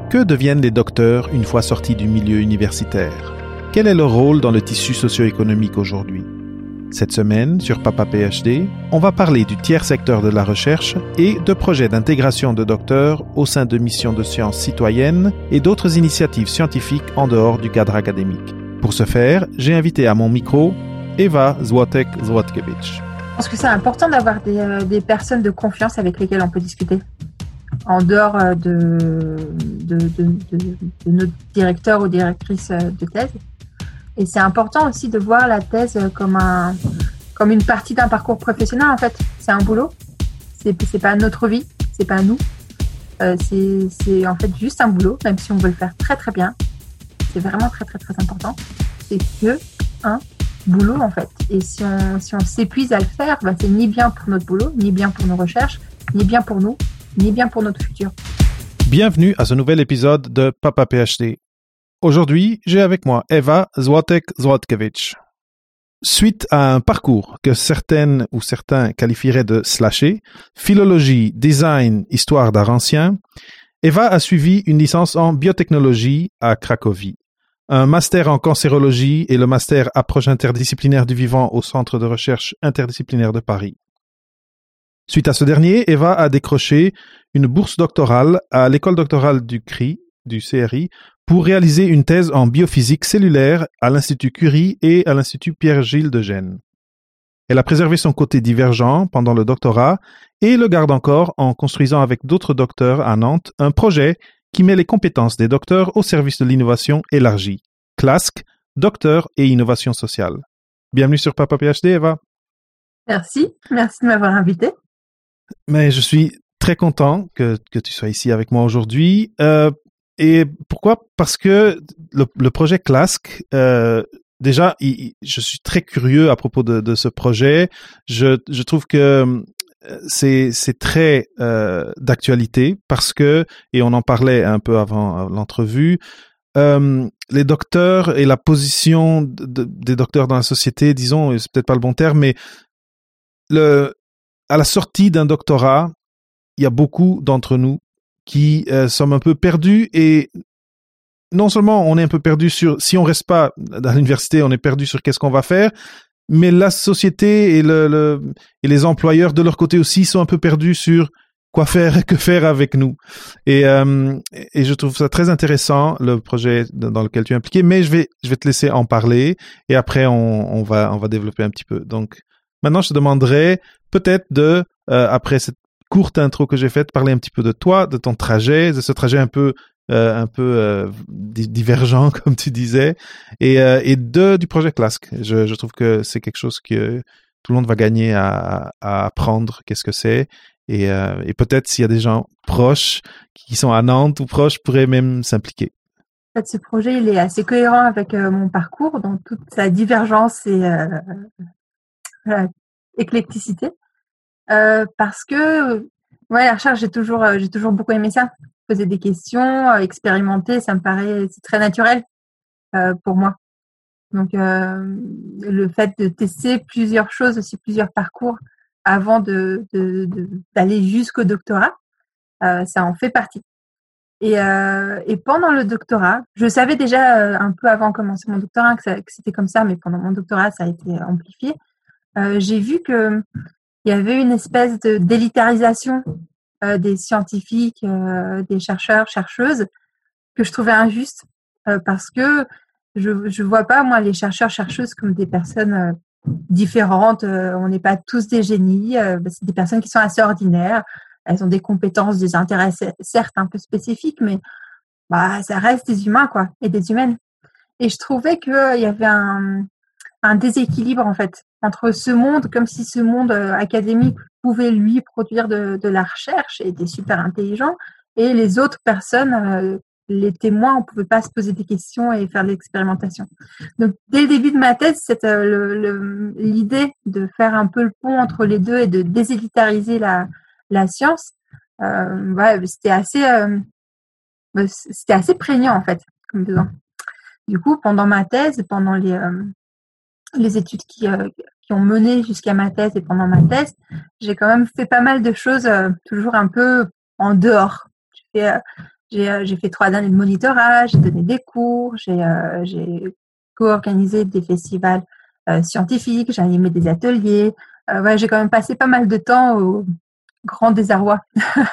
Que deviennent les docteurs une fois sortis du milieu universitaire? Quel est leur rôle dans le tissu socio-économique aujourd'hui? Cette semaine, sur Papa PhD, on va parler du tiers secteur de la recherche et de projets d'intégration de docteurs au sein de missions de sciences citoyennes et d'autres initiatives scientifiques en dehors du cadre académique. Pour ce faire, j'ai invité à mon micro Eva Złotek-Złotkewicz. Je pense que c'est important d'avoir des personnes de confiance avec lesquelles on peut discuter, en dehors de notre directeur ou directrice de thèse. Et c'est important aussi de voir la thèse comme une partie d'un parcours professionnel, en fait. C'est un boulot, c'est pas notre vie, c'est pas nous. C'est en fait juste un boulot, même si on veut le faire très très bien. C'est vraiment très très très important. C'est que un boulot, en fait. Et si on s'épuise à le faire, c'est ni bien pour notre boulot, ni bien pour nos recherches, ni bien pour nous, ni bien pour notre futur. Bienvenue à ce nouvel épisode de Papa PhD. Aujourd'hui, j'ai avec moi Eva Złotek-Złotkewicz. Suite à un parcours que certaines ou certains qualifieraient de slashé, philologie, design, histoire d'art ancien, Eva a suivi une licence en biotechnologie à Cracovie, un master en cancérologie et le master approche interdisciplinaire du vivant au Centre de recherche interdisciplinaire de Paris. Suite à ce dernier, Eva a décroché une bourse doctorale à l'école doctorale du CRI, pour réaliser une thèse en biophysique cellulaire à l'Institut Curie et à l'Institut Pierre-Gilles de Gênes. Elle a préservé son côté divergent pendant le doctorat et le garde encore en construisant avec d'autres docteurs à Nantes un projet qui met les compétences des docteurs au service de l'innovation élargie. CLASC, Docteur et Innovation Sociale. Bienvenue sur Papa PhD, Eva. Merci de m'avoir invité. Mais je suis très content que tu sois ici avec moi aujourd'hui. Et pourquoi? Parce que le projet CLASC, déjà, je suis très curieux à propos de ce projet. Je trouve que c'est très d'actualité parce que, et on en parlait un peu avant l'entrevue, les docteurs et la position des docteurs dans la société, disons, c'est peut-être pas le bon terme, mais à la sortie d'un doctorat, il y a beaucoup d'entre nous qui sommes un peu perdus et non seulement on est un peu perdus si on reste pas à l'université, on est perdu sur qu'est-ce qu'on va faire, mais la société et les employeurs de leur côté aussi sont un peu perdus sur quoi faire et que faire avec nous. Et je trouve ça très intéressant, le projet dans lequel tu es impliqué, mais je vais te laisser en parler et après on va développer un petit peu. Donc maintenant je te demanderai peut-être après cette courte intro que j'ai faite, parler un petit peu de toi, de ton trajet, de ce trajet un peu divergent comme tu disais, et du projet CLASC. Je trouve que c'est quelque chose que tout le monde va gagner à apprendre qu'est-ce que c'est, et peut-être s'il y a des gens proches qui sont à Nantes ou proches pourraient même s'impliquer. En fait, ce projet il est assez cohérent avec mon parcours dans toute sa divergence et éclecticité. Parce que la recherche, j'ai toujours beaucoup aimé ça. Poser des questions, expérimenter, ça me paraît c'est très naturel pour moi. Donc le fait de tester plusieurs choses, aussi plusieurs parcours avant d'aller jusqu'au doctorat, ça en fait partie. Et pendant le doctorat, je savais déjà un peu avant de commencer mon doctorat que c'était comme ça, mais pendant mon doctorat, ça a été amplifié. J'ai vu que il y avait une espèce d'élitarisation des scientifiques, des chercheurs, chercheuses, que je trouvais injuste parce que je vois pas, moi, les chercheurs, chercheuses comme des personnes différentes. On n'est pas tous des génies. C'est des personnes qui sont assez ordinaires. Elles ont des compétences, des intérêts, certes, un peu spécifiques, mais ça reste des humains, quoi, et des humaines. Et je trouvais qu'il y avait un déséquilibre, en fait, entre ce monde, comme si ce monde académique pouvait, lui, produire de la recherche et était super intelligent, et les autres personnes, les témoins, on ne pouvait pas se poser des questions et faire de l'expérimentation. Donc, dès le début de ma thèse, l'idée de faire un peu le pont entre les deux et de désilitariser la science, c'était assez prégnant, en fait, comme besoin. Du coup, pendant ma thèse, pendant les études qui ont mené jusqu'à ma thèse et pendant ma thèse, j'ai quand même fait pas mal de choses toujours un peu en dehors. J'ai fait 3 années de monitorat, j'ai donné des cours, j'ai co-organisé des festivals scientifiques, j'ai animé des ateliers. Ouais, j'ai quand même passé pas mal de temps au grand désarroi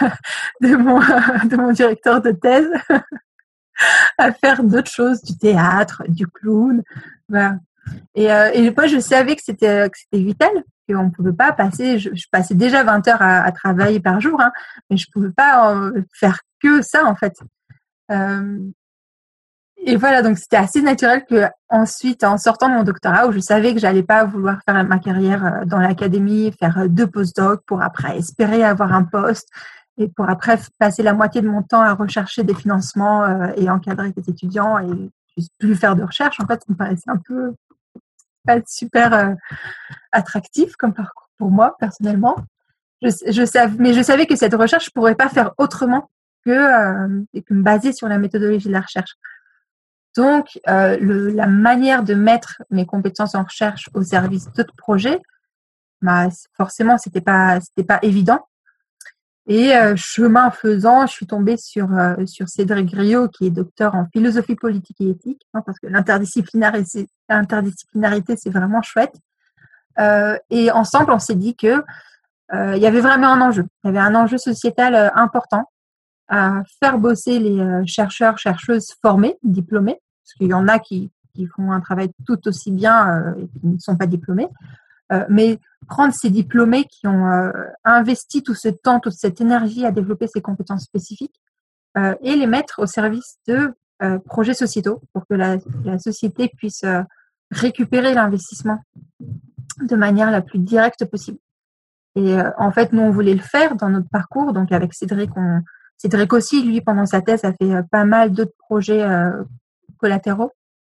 de mon directeur de thèse à faire d'autres choses, du théâtre, du clown. Voilà. Et moi, je savais que c'était vital, qu'on ne pouvait pas passer. Je passais déjà 20 heures à travailler par jour, hein, mais je ne pouvais pas faire que ça, en fait. Et voilà, donc c'était assez naturel que ensuite, en sortant de mon doctorat, où je savais que j'allais pas vouloir faire ma carrière dans l'académie, faire 2 postdocs pour après espérer avoir un poste et pour après passer la moitié de mon temps à rechercher des financements et encadrer des étudiants et juste plus faire de recherche. En fait, ça me paraissait un peu pas super attractif comme parcours pour moi personnellement. Mais je savais que cette recherche, je pourrais pas faire autrement que me baser sur la méthodologie de la recherche. Donc, la manière de mettre mes compétences en recherche au service d'autres projets, forcément, c'était pas évident. Et chemin faisant, je suis tombée sur Cédric Griot, qui est docteur en philosophie politique et éthique, hein, parce que l'interdisciplinarité, c'est vraiment chouette. Et ensemble, on s'est dit que il y avait vraiment un enjeu. Il y avait un enjeu sociétal important à faire bosser les chercheurs, chercheuses formés, diplômés, parce qu'il y en a qui font un travail tout aussi bien et qui ne sont pas diplômés. Mais prendre ces diplômés qui ont investi tout ce temps, toute cette énergie à développer ces compétences spécifiques et les mettre au service de projets sociétaux pour que la société puisse récupérer l'investissement de manière la plus directe possible. Et en fait, nous, on voulait le faire dans notre parcours. Donc, avec Cédric, Cédric aussi, lui, pendant sa thèse, a fait pas mal d'autres projets collatéraux.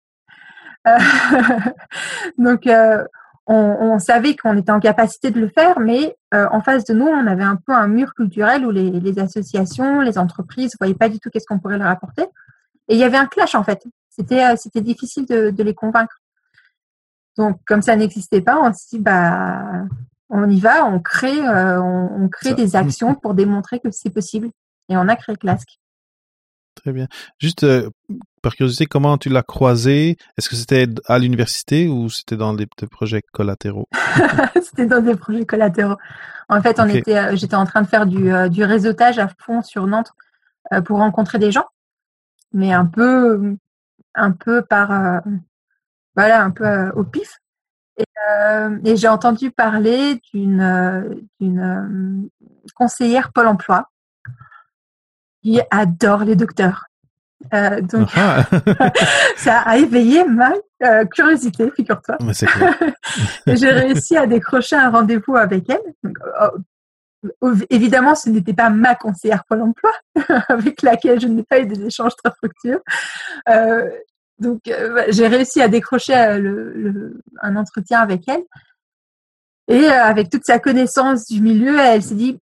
Donc, on savait qu'on était en capacité de le faire, mais en face de nous, on avait un peu un mur culturel où les associations, les entreprises ne voyaient pas du tout qu'est-ce qu'on pourrait leur apporter. Et il y avait un clash, en fait. C'était difficile de les convaincre. Donc, comme ça n'existait pas, on s'est dit, on y va, on crée des actions pour démontrer que c'est possible. Et on a créé Clask. Très bien. Juste par curiosité, comment tu l'as croisé? Est-ce que c'était à l'université ou c'était dans des projets collatéraux? C'était dans des projets collatéraux. En fait, j'étais en train de faire du réseautage à fond sur Nantes pour rencontrer des gens, mais un peu par un peu au pif. Et j'ai entendu parler d'une conseillère Pôle emploi qui adore les docteurs. Donc, ça a éveillé ma curiosité, figure-toi. Mais c'est clair. Et j'ai réussi à décrocher un rendez-vous avec elle. Donc, évidemment, ce n'était pas ma conseillère Pôle emploi, avec laquelle je n'ai pas eu des échanges très fructueux. Donc, j'ai réussi à décrocher un entretien avec elle. Et avec toute sa connaissance du milieu, elle s'est dit,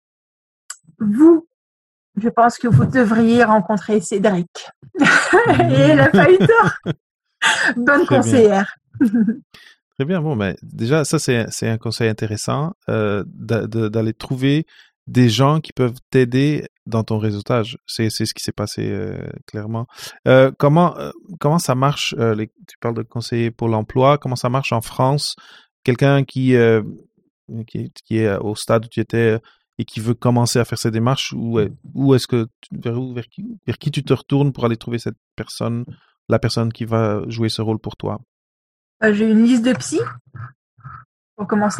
je pense que vous devriez rencontrer Cédric. Et elle n'a pas eu tort. Bonne Très conseillère. Très bien. Bon, ben, déjà, ça, c'est un conseil intéressant d'aller trouver des gens qui peuvent t'aider dans ton réseautage. C'est ce qui s'est passé clairement. Comment ça marche? Tu parles de conseiller pour l'emploi. Comment ça marche en France? Quelqu'un qui est au stade où tu étais et qui veut commencer à faire ces démarches, où est-ce que vers qui tu te retournes pour aller trouver cette personne, la personne qui va jouer ce rôle pour toi? J'ai une liste de psy pour commencer.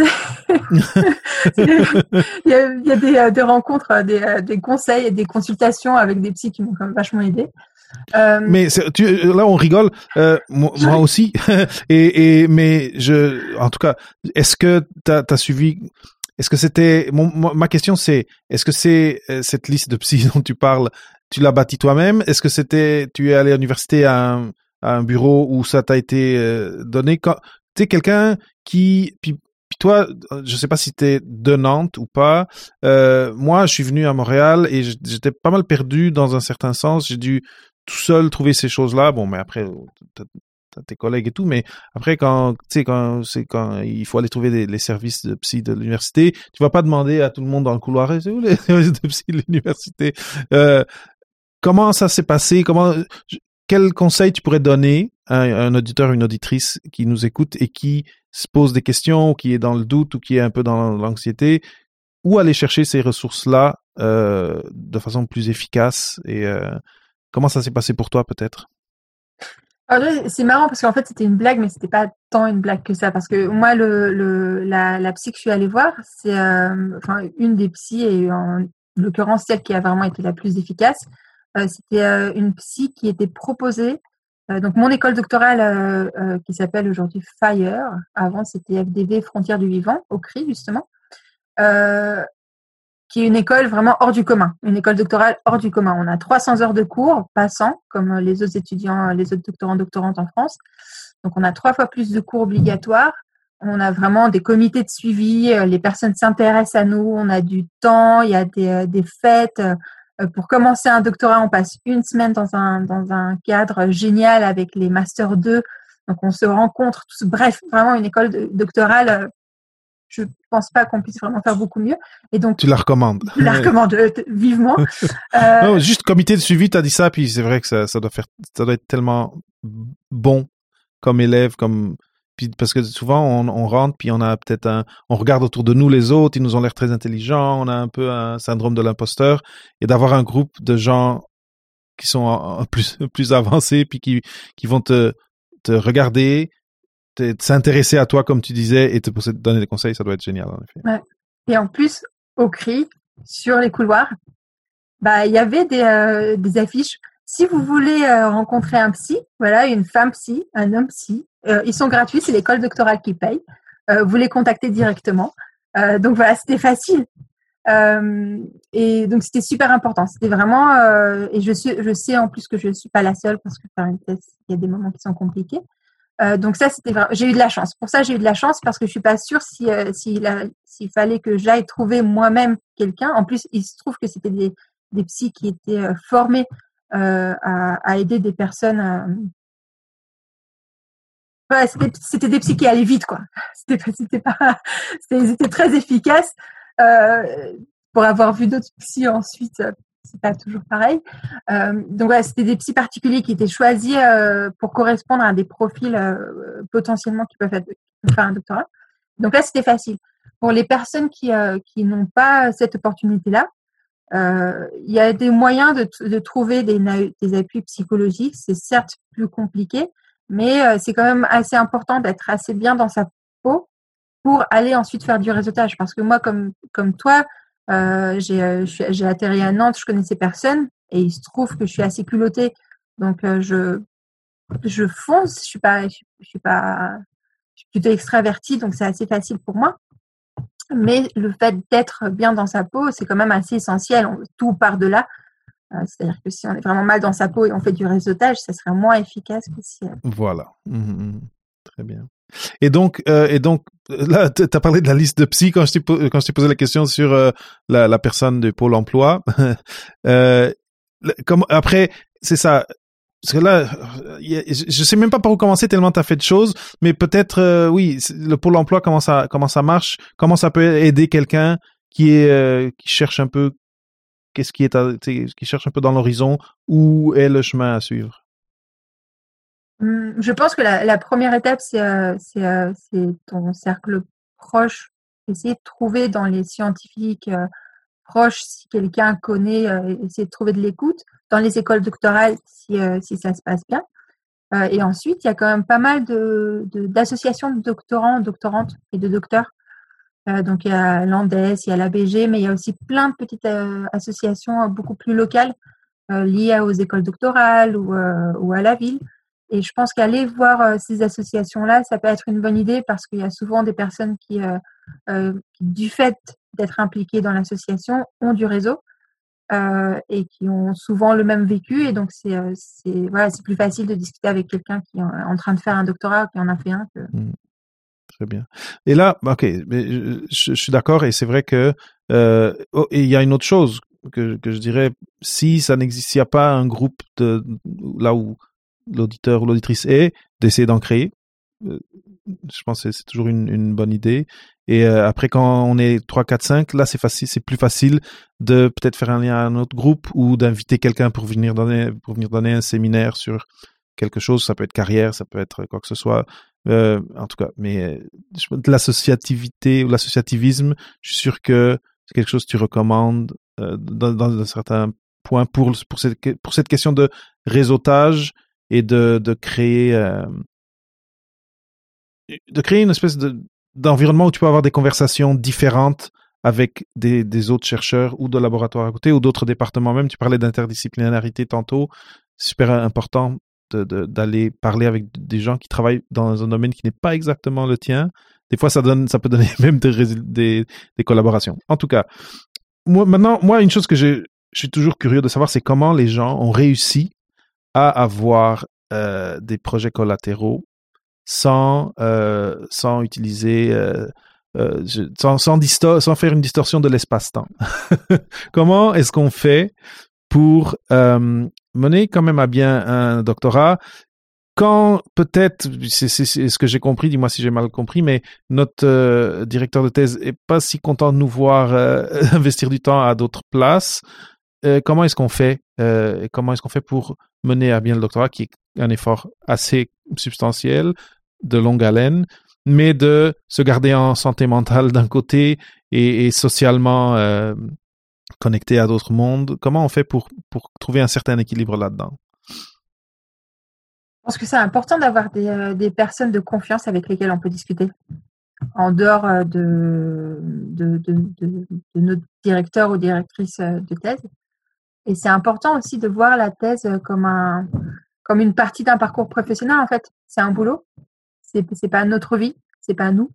Il y a des rencontres, des conseils et des consultations avec des psys qui m'ont quand même vachement aidé. Mais là on rigole, moi aussi. Mais en tout cas, est-ce que t'as suivi? Est-ce que c'était ma question, c'est est-ce que c'est cette liste de psy dont tu parles, tu l'as bâtie toi-même? Est-ce que tu es allé à l'université à un bureau où ça t'a été donné? Tu sais, quelqu'un qui puis toi, je sais pas si t'es de Nantes ou pas. Moi, je suis venu à Montréal et j'étais pas mal perdu dans un certain sens. J'ai dû tout seul trouver ces choses-là. Bon, mais après, t'as tes collègues et tout, mais après, quand il faut aller trouver les services de psy de l'université, tu vas pas demander à tout le monde dans le couloir, c'est où les services de psy de l'université? comment ça s'est passé? Quel conseil tu pourrais donner à un auditeur, une auditrice qui nous écoute et qui se pose des questions, ou qui est dans le doute, ou qui est un peu dans l'anxiété? Où aller chercher ces ressources-là de façon plus efficace? Et comment ça s'est passé pour toi, peut-être? Alors, c'est marrant parce qu'en fait, c'était une blague, mais c'était pas tant une blague que ça. Parce que moi, la psy que je suis allée voir, c'est une des psys, et en l'occurrence, celle qui a vraiment été la plus efficace. C'était une psy qui était proposée. Donc, mon école doctorale, qui s'appelle aujourd'hui FIRE, avant c'était FDV, Frontières du Vivant, au CRI, justement, qui est une école vraiment hors du commun, une école doctorale hors du commun. On a 300 heures de cours passants, comme les autres étudiants, les autres doctorants, doctorantes en France. Donc, on a 3 fois plus de cours obligatoires. On a vraiment des comités de suivi. Les personnes s'intéressent à nous. On a du temps. Il y a des fêtes. Pour commencer un doctorat, on passe une semaine dans un cadre génial avec les Master 2. Donc, on se rencontre tous. Bref, vraiment une école doctorale. Je pense pas qu'on puisse vraiment faire beaucoup mieux. Et donc, tu la recommandes? Je la recommande vivement. Non, juste comité de suivi, t'as dit ça, puis c'est vrai que ça doit être tellement bon comme élève, puis parce que souvent on rentre, puis on a peut-être on regarde autour de nous les autres, ils nous ont l'air très intelligents, on a un peu un syndrome de l'imposteur, et d'avoir un groupe de gens qui sont plus avancés, puis qui vont te regarder, s'intéresser à toi, comme tu disais, et te donner des conseils, ça doit être génial, en effet. Ouais. Et en plus, au CRI, sur les couloirs, il y avait des affiches. Si vous voulez rencontrer un psy, voilà, une femme psy, un homme psy, ils sont gratuits, c'est l'école doctorale qui paye. Vous les contactez directement. Donc voilà, c'était facile. Et donc c'était super important. C'était vraiment, et je sais en plus que je ne suis pas la seule, parce que faire une thèse, il y a des moments qui sont compliqués. Donc ça, j'ai eu de la chance. Pour ça, j'ai eu de la chance, parce que je suis pas sûre s'il fallait que j'aille trouver moi-même quelqu'un. En plus, il se trouve que c'était des psys qui étaient formés à aider des personnes. C'était des psys qui allaient vite, quoi. Ils étaient très efficaces. Pour avoir vu d'autres psys ensuite, c'est pas toujours pareil. Donc voilà, c'était des psys particuliers qui étaient choisis pour correspondre à des profils potentiellement qui peuvent faire un doctorat. Donc là, c'était facile. Pour les personnes qui n'ont pas cette opportunité-là, il y a des moyens de trouver des appuis psychologiques. C'est certes plus compliqué, mais c'est quand même assez important d'être assez bien dans sa peau pour aller ensuite faire du réseautage. Parce que moi, comme toi, j'ai atterri à Nantes, je connaissais personne, et il se trouve que je suis assez culottée, donc je fonce. Je suis plutôt extravertie, donc c'est assez facile pour moi. Mais le fait d'être bien dans sa peau, c'est quand même assez essentiel. Tout part de là. C'est-à-dire que si on est vraiment mal dans sa peau et on fait du réseautage, ça serait moins efficace que si. Voilà. Très bien. Et donc, là, tu as parlé de la liste de psy quand je t'ai posé la question sur la personne de Pôle emploi. Après, c'est ça. Parce que là, je sais même pas par où commencer tellement tu as fait de choses, mais peut-être, oui, le Pôle emploi, comment ça marche, comment ça peut aider quelqu'un qui cherche un peu, qui cherche un peu dans l'horizon, où est le chemin à suivre? Je pense que la première étape, c'est ton cercle proche. Essayer de trouver dans les scientifiques proches, si quelqu'un connaît, essayer de trouver de l'écoute. Dans les écoles doctorales, si ça se passe bien. Et ensuite, il y a quand même pas mal d'associations de doctorants, doctorantes et de docteurs. Donc, il y a l'ANDES, il y a l'ABG, mais il y a aussi plein de petites associations beaucoup plus locales liées aux écoles doctorales ou à la ville. Et je pense qu'aller voir ces associations-là, ça peut être une bonne idée, parce qu'il y a souvent des personnes qui du fait d'être impliquées dans l'association, ont du réseau et qui ont souvent le même vécu. Et donc, c'est plus facile de discuter avec quelqu'un qui est en train de faire un doctorat, qui en a fait un. Très bien. Et là, ok, mais je suis d'accord, et c'est vrai que et il y a une autre chose que je dirais, s'il n'y a pas un groupe là où l'auditeur ou l'auditrice est, d'essayer d'en créer. Je pense que c'est toujours une bonne idée. Et après, quand on est 3, 4, 5, là, c'est plus facile de peut-être faire un lien à un autre groupe ou d'inviter quelqu'un pour venir donner un séminaire sur quelque chose. Ça peut être carrière, ça peut être quoi que ce soit. En tout cas, mais l'associativité ou l'associativisme, je suis sûr que c'est quelque chose que tu recommandes dans un certain point pour cette question de réseautage et de créer une espèce d'environnement où tu peux avoir des conversations différentes avec des autres chercheurs ou de laboratoires à côté ou d'autres départements même. Tu parlais d'interdisciplinarité tantôt. C'est super important d'aller parler avec des gens qui travaillent dans un domaine qui n'est pas exactement le tien. Des fois, ça peut donner même des collaborations. En tout cas, moi, une chose que je suis toujours curieux de savoir, c'est comment les gens ont réussi à avoir des projets collatéraux sans utiliser sans faire une distorsion de l'espace-temps. Comment est-ce qu'on fait pour mener quand même à bien un doctorat quand peut-être, c'est ce que j'ai compris, dis-moi si j'ai mal compris, mais notre directeur de thèse est pas si content de nous voir investir du temps à d'autres places. Comment est-ce qu'on fait pour mener à bien le doctorat, qui est un effort assez substantiel, de longue haleine, mais de se garder en santé mentale d'un côté et socialement connecté à d'autres mondes. Comment on fait pour trouver un certain équilibre là-dedans? Je pense que c'est important d'avoir des personnes de confiance avec lesquelles on peut discuter, en dehors de notre directeur ou directrice de thèse. Et c'est important aussi de voir la thèse comme une partie d'un parcours professionnel, en fait. C'est un boulot. C'est pas notre vie. C'est pas nous.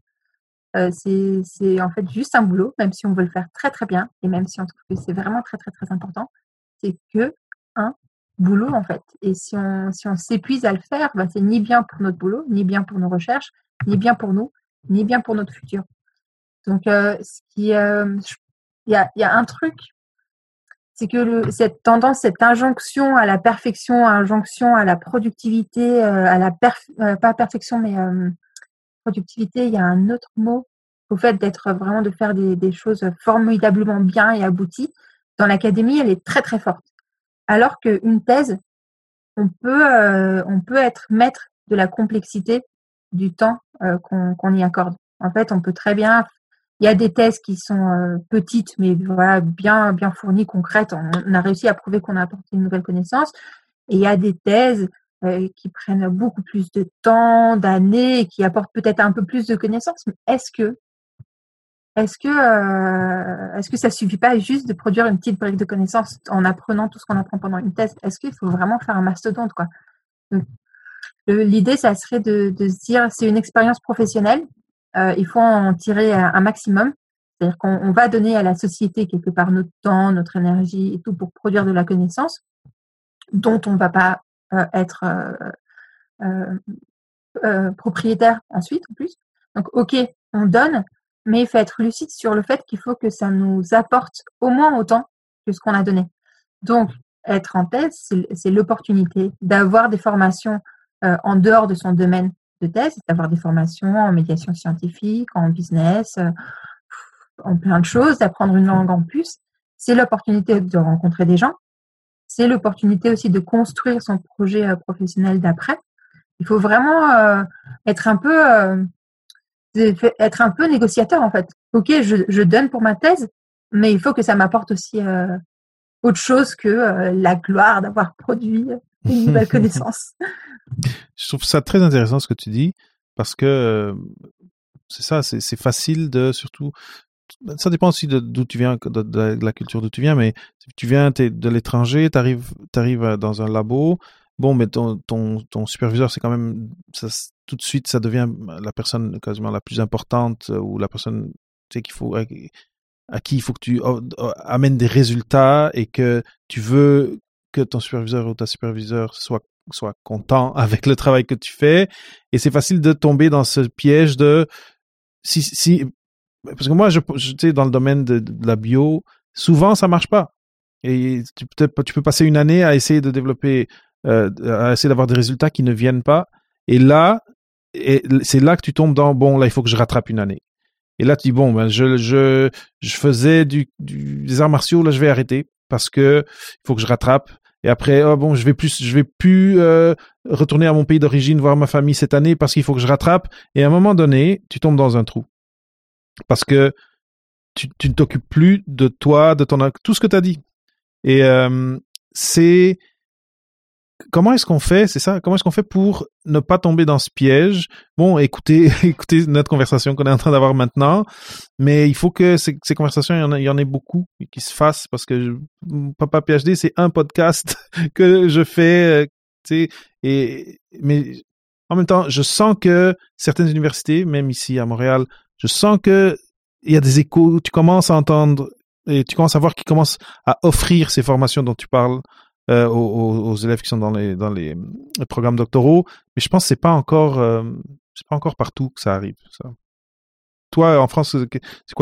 C'est en fait juste un boulot, même si on veut le faire très, très bien. Et même si on trouve que c'est vraiment très, très, très important. C'est que un boulot, en fait. Et si on s'épuise à le faire, ben, c'est ni bien pour notre boulot, ni bien pour nos recherches, ni bien pour nous, ni bien pour notre futur. Donc, il y a un truc, c'est que cette tendance, cette injonction à la perfection, injonction à la productivité, pas perfection, mais productivité, il y a un autre mot, au fait de faire des choses formidablement bien et abouties. Dans l'académie, elle est très, très forte. Alors qu'une thèse, on peut être maître de la complexité du temps qu'on y accorde. En fait, on peut très bien. Il y a des thèses qui sont petites, mais voilà, bien fournies, concrètes. On a réussi à prouver qu'on a apporté une nouvelle connaissance. Et il y a des thèses qui prennent beaucoup plus de temps, d'années, et qui apportent peut-être un peu plus de connaissances. Mais est-ce que ça suffit pas juste de produire une petite brique de connaissances en apprenant tout ce qu'on apprend pendant une thèse? Est-ce qu'il faut vraiment faire un mastodonte, quoi? Donc, l'idée, ça serait de se dire, c'est une expérience professionnelle. Il faut en tirer un maximum. C'est-à-dire qu'on va donner à la société quelque part notre temps, notre énergie et tout pour produire de la connaissance dont on ne va pas être propriétaire ensuite, en plus. Donc, ok, on donne, mais il faut être lucide sur le fait qu'il faut que ça nous apporte au moins autant que ce qu'on a donné. Donc, être en thèse, c'est l'opportunité d'avoir des formations en dehors de son domaine de thèse, d'avoir des formations en médiation scientifique, en business, en plein de choses, d'apprendre une langue en plus. C'est l'opportunité de rencontrer des gens. C'est l'opportunité aussi de construire son projet professionnel d'après. Il faut vraiment être un peu négociateur, en fait. Ok, je donne pour ma thèse, mais il faut que ça m'apporte aussi autre chose que la gloire d'avoir produit une nouvelle connaissance. Je trouve ça très intéressant ce que tu dis, parce que c'est ça, c'est facile surtout, ça dépend aussi d'où tu viens, de la culture d'où tu viens, mais si tu viens de l'étranger, t'arrives dans un labo, bon, mais ton superviseur, c'est quand même, ça, tout de suite, ça devient la personne quasiment la plus importante, ou la personne, tu sais, à qui il faut que tu amènes des résultats et que tu veux que ton superviseur ou ta superviseure soit content avec le travail que tu fais. Et c'est facile de tomber dans ce piège de parce que moi, je tu sais, dans le domaine de la bio, souvent ça marche pas. Et tu peux passer une année à essayer de développer, à essayer d'avoir des résultats qui ne viennent pas. Et là, et c'est là que tu tombes dans, bon, là, il faut que je rattrape une année. Et là, tu dis, bon, ben, je faisais des arts martiaux, là, je vais arrêter parce que il faut que je rattrape. Et après, oh, bon, je vais plus retourner à mon pays d'origine, voir ma famille cette année parce qu'il faut que je rattrape. Et à un moment donné, tu tombes dans un trou. Parce que tu ne t'occupes plus de toi, de tout ce que tu as dit. Et c'est comment est-ce qu'on fait, c'est ça, comment est-ce qu'on fait pour ne pas tomber dans ce piège? Bon, écoutez notre conversation qu'on est en train d'avoir maintenant, mais il faut que ces conversations, il y en ait beaucoup qui se fassent parce que Papa PhD, c'est un podcast que je fais, tu sais, mais en même temps, je sens que certaines universités, même ici à Montréal, je sens que il y a des échos, tu commences à entendre et tu commences à voir qu'ils commencent à offrir ces formations dont tu parles aux élèves qui sont dans les programmes doctoraux, mais je pense que c'est pas encore partout que ça arrive. Ça. Toi, en France, qu'est-ce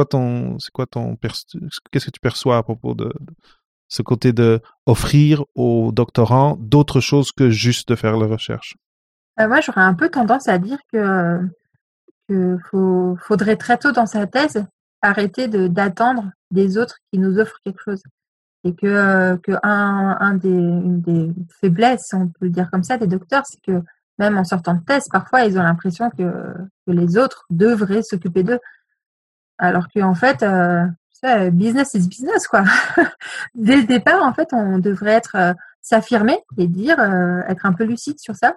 que tu perçois à propos de ce côté de offrir aux doctorants d'autres choses que juste de faire la recherche? Moi, j'aurais un peu tendance à dire que faudrait très tôt dans sa thèse arrêter d'attendre des autres qui nous offrent quelque chose. Et une des faiblesses, si on peut le dire comme ça, des docteurs, c'est que même en sortant de thèse, parfois ils ont l'impression que les autres devraient s'occuper d'eux. Alors qu'en fait, business is business, quoi. Dès le départ, en fait, on devrait s'affirmer et dire, être un peu lucide sur ça,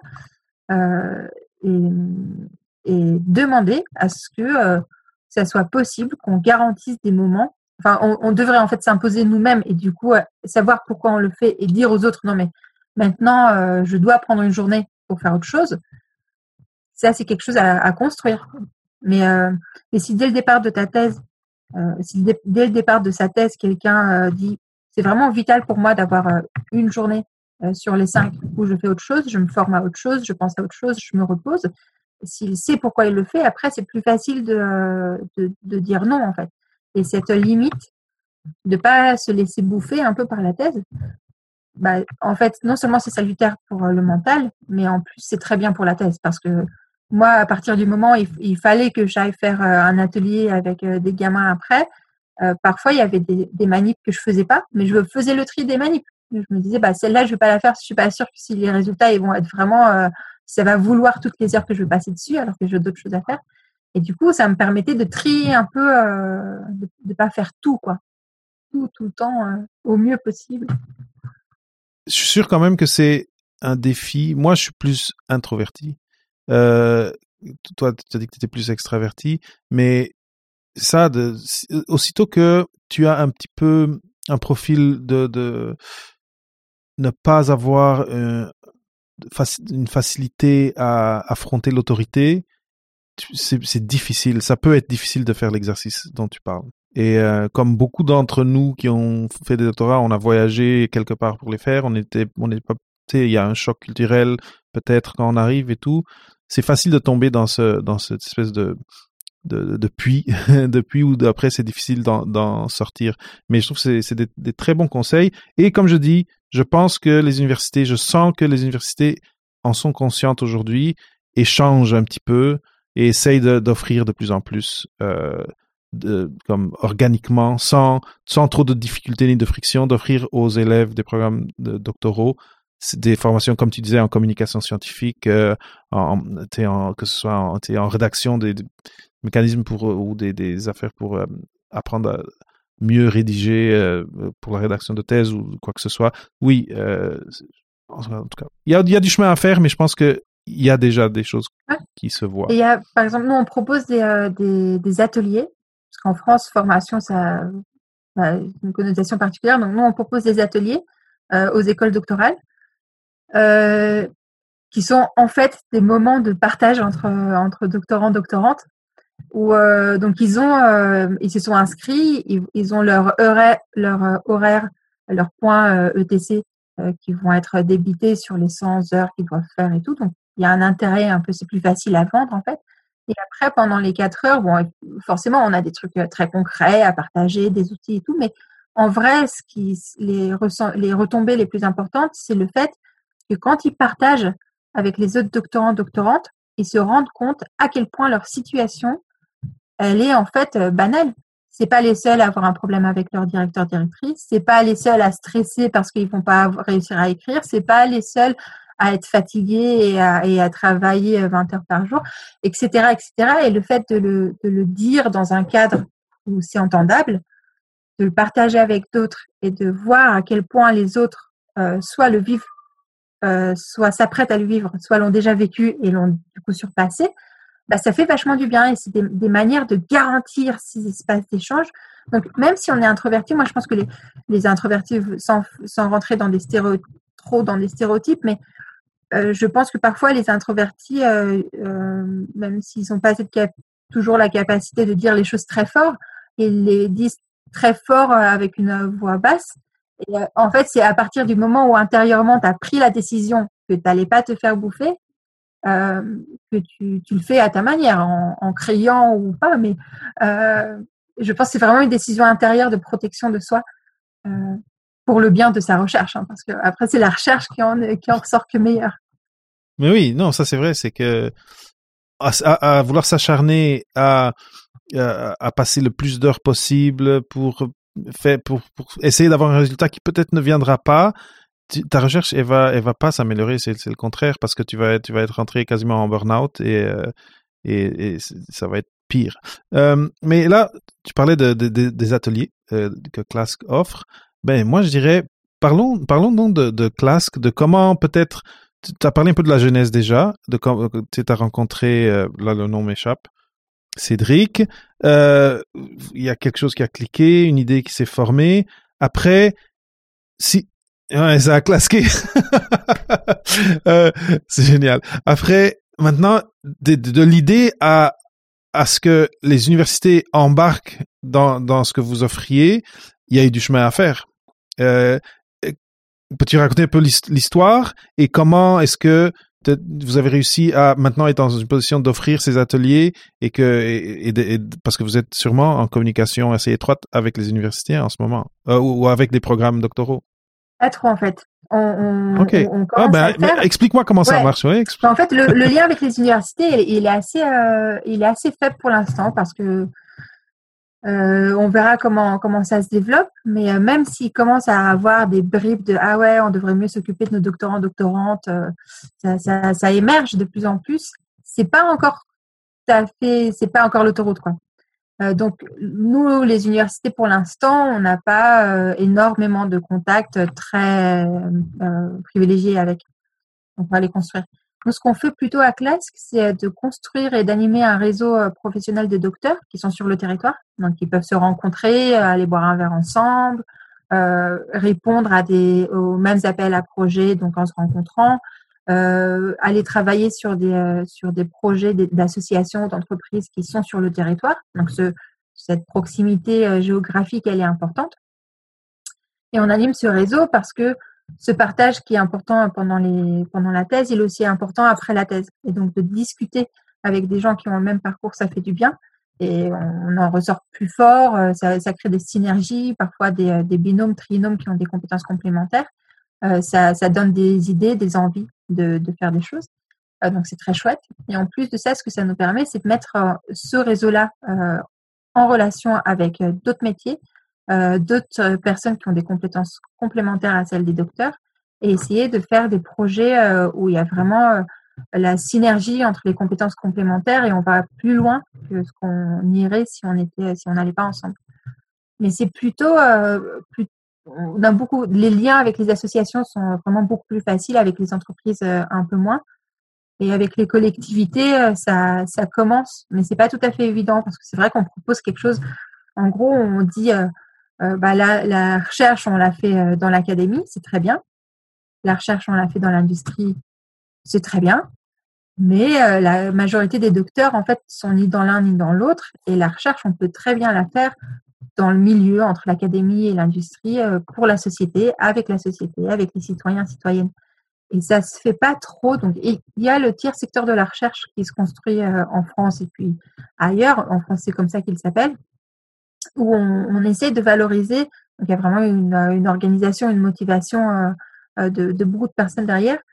et, et demander à ce que ça soit possible qu'on garantisse des moments. Enfin, on devrait en fait s'imposer nous-mêmes et du coup savoir pourquoi on le fait et dire aux autres non mais maintenant je dois prendre une journée pour faire autre chose. Ça c'est quelque chose à construire. Mais si dès le départ de ta thèse, dès le départ de sa thèse, quelqu'un dit c'est vraiment vital pour moi d'avoir une journée sur les 5 où je fais autre chose, je me forme à autre chose, je pense à autre chose, je me repose. S'il sait pourquoi il le fait, après c'est plus facile de dire non en fait. Et cette limite de pas se laisser bouffer un peu par la thèse, bah, en fait, non seulement c'est salutaire pour le mental, mais en plus c'est très bien pour la thèse parce que moi, à partir du moment où il fallait que j'aille faire un atelier avec des gamins après, parfois il y avait des manips que je faisais pas, mais je faisais le tri des manips. Je me disais, bah celle-là, je vais pas la faire, je suis pas sûre que si les résultats ils vont être vraiment, ça va vouloir toutes les heures que je vais passer dessus, alors que j'ai d'autres choses à faire. Et du coup, ça me permettait de trier un peu, de pas faire tout, quoi. Tout le temps, au mieux possible. Je suis sûr quand même que c'est un défi. Moi, je suis plus introverti. Toi, tu as dit que tu étais plus extraverti, mais ça, aussitôt que tu as un petit peu un profil de ne pas avoir une facilité à affronter l'autorité, c'est difficile. Ça peut être difficile de faire l'exercice dont tu parles. Et comme beaucoup d'entre nous qui ont fait des doctorats, on a voyagé quelque part pour les faire. On n'est pas, il y a un choc culturel peut-être quand on arrive et tout. C'est facile de tomber dans cette espèce de puits, de puits où après c'est difficile d'en sortir. Mais je trouve que c'est des très bons conseils. Et comme je dis, je pense que je sens que les universités en sont conscientes aujourd'hui et changent un petit peu et essayent d'offrir de plus en plus, comme organiquement, sans trop de difficultés ni de friction, d'offrir aux élèves des programmes doctoraux des formations, comme tu disais, en communication scientifique, que ce soit en rédaction des mécanismes ou des affaires pour apprendre à mieux rédiger pour la rédaction de thèse ou quoi que ce soit. Oui, en tout cas, il y a du chemin à faire, mais je pense que il y a déjà des choses qui se voient. Et par exemple, nous, on propose des ateliers, parce qu'en France, formation, ça a une connotation particulière. Donc, nous, on propose des ateliers aux écoles doctorales qui sont en fait des moments de partage entre doctorants, doctorantes, où donc ils se sont inscrits, ils ont leur horaire, leurs points ETC qui vont être débités sur les 100 heures qu'ils doivent faire et tout. Donc, il y a un intérêt un peu, c'est plus facile à vendre en fait. Et après, pendant les 4 heures, bon, forcément, on a des trucs très concrets à partager, des outils et tout, mais en vrai, les retombées les plus importantes, c'est le fait que quand ils partagent avec les autres doctorants, doctorantes, et se rendre compte à quel point leur situation, elle est en fait banale. C'est pas les seuls à avoir un problème avec leur directeur, directrice. C'est pas les seuls à stresser parce qu'ils vont pas réussir à écrire. C'est pas les seuls à être fatigués et à travailler 20 heures par jour, etc., etc. Et le fait de le dire dans un cadre où c'est entendable, de le partager avec d'autres et de voir à quel point les autres soit le vivent, soit s'apprêtent à le vivre, soit l'ont déjà vécu et l'ont du coup surpassé, bah, ça fait vachement du bien et c'est des manières de garantir ces espaces d'échange. Donc, même si on est introverti, moi, je pense que les introvertis, sans rentrer dans trop dans des stéréotypes, mais je pense que parfois, les introvertis, même s'ils n'ont pas toujours la capacité de dire les choses très fort, ils les disent très fort avec une voix basse. Et en fait, c'est à partir du moment où intérieurement, tu as pris la décision que tu n'allais pas te faire bouffer, que tu le fais à ta manière, en criant ou pas, mais je pense que c'est vraiment une décision intérieure de protection de soi pour le bien de sa recherche, hein, parce que après c'est la recherche qui en sort que meilleure. Mais oui, non, ça c'est vrai, c'est que à vouloir s'acharner à passer le plus d'heures possible pour essayer d'avoir un résultat qui peut-être ne viendra pas, ta recherche elle va pas s'améliorer, c'est le contraire, parce que tu vas être rentré quasiment en burn-out et ça va être pire. Mais là, tu parlais des ateliers que Clask offre. Ben moi je dirais parlons donc de Clask, de comment peut-être tu as parlé un peu de la jeunesse déjà, de quand tu as rencontré là le nom m'échappe. Cédric, il y a quelque chose qui a cliqué, une idée qui s'est formée. Après, ouais, ça a clasqué. C'est génial. Après, maintenant, de l'idée à ce que les universités embarquent dans ce que vous offriez, il y a eu du chemin à faire. Peux-tu raconter un peu l'histoire et comment est-ce que vous avez réussi à maintenant être dans une position d'offrir ces ateliers parce que vous êtes sûrement en communication assez étroite avec les universités en ce moment ou avec des programmes doctoraux. Pas trop en fait. On commence à le faire. Explique-moi comment ça marche. Ouais, en fait, le lien avec les universités, il est assez faible pour l'instant parce que on verra comment ça se développe, mais même s'ils commencent à avoir des bribes de ah ouais, on devrait mieux s'occuper de nos doctorants, doctorantes, ça émerge de plus en plus. C'est pas encore l'autoroute quoi. Donc nous, les universités pour l'instant, on n'a pas énormément de contacts très privilégiés avec. On va les construire. Nous, ce qu'on fait plutôt à Clask, c'est de construire et d'animer un réseau professionnel de docteurs qui sont sur le territoire, donc ils peuvent se rencontrer, aller boire un verre ensemble, répondre aux mêmes appels à projets, donc en se rencontrant, aller travailler sur des projets d'associations, d'entreprises qui sont sur le territoire. Donc cette proximité géographique, elle est importante. Et on anime ce réseau parce que ce partage qui est important pendant la thèse, il est aussi important après la thèse. Et donc, de discuter avec des gens qui ont le même parcours, ça fait du bien. Et on en ressort plus fort. Ça crée des synergies, parfois des binômes, trinômes qui ont des compétences complémentaires. Ça donne des idées, des envies de faire des choses. Donc, c'est très chouette. Et en plus de ça, ce que ça nous permet, c'est de mettre ce réseau-là en relation avec d'autres métiers, d'autres personnes qui ont des compétences complémentaires à celles des docteurs et essayer de faire des projets où il y a vraiment la synergie entre les compétences complémentaires et on va plus loin que ce qu'on irait si on n'allait pas ensemble. Mais c'est plutôt les liens avec les associations sont vraiment beaucoup plus faciles, avec les entreprises un peu moins. Et avec les collectivités, ça commence, mais c'est pas tout à fait évident parce que c'est vrai qu'on propose quelque chose. En gros, on dit la recherche, on l'a fait dans l'académie, c'est très bien. La recherche, on l'a fait dans l'industrie, c'est très bien. Mais la majorité des docteurs, en fait, sont ni dans l'un ni dans l'autre. Et la recherche, on peut très bien la faire dans le milieu entre l'académie et l'industrie pour la société, avec les citoyens, citoyennes. Et ça se fait pas trop. Donc, il y a le tiers secteur de la recherche qui se construit en France et puis ailleurs. En France, c'est comme ça qu'il s'appelle, où on essaie de valoriser. Donc, il y a vraiment une organisation, une motivation de beaucoup de personnes derrière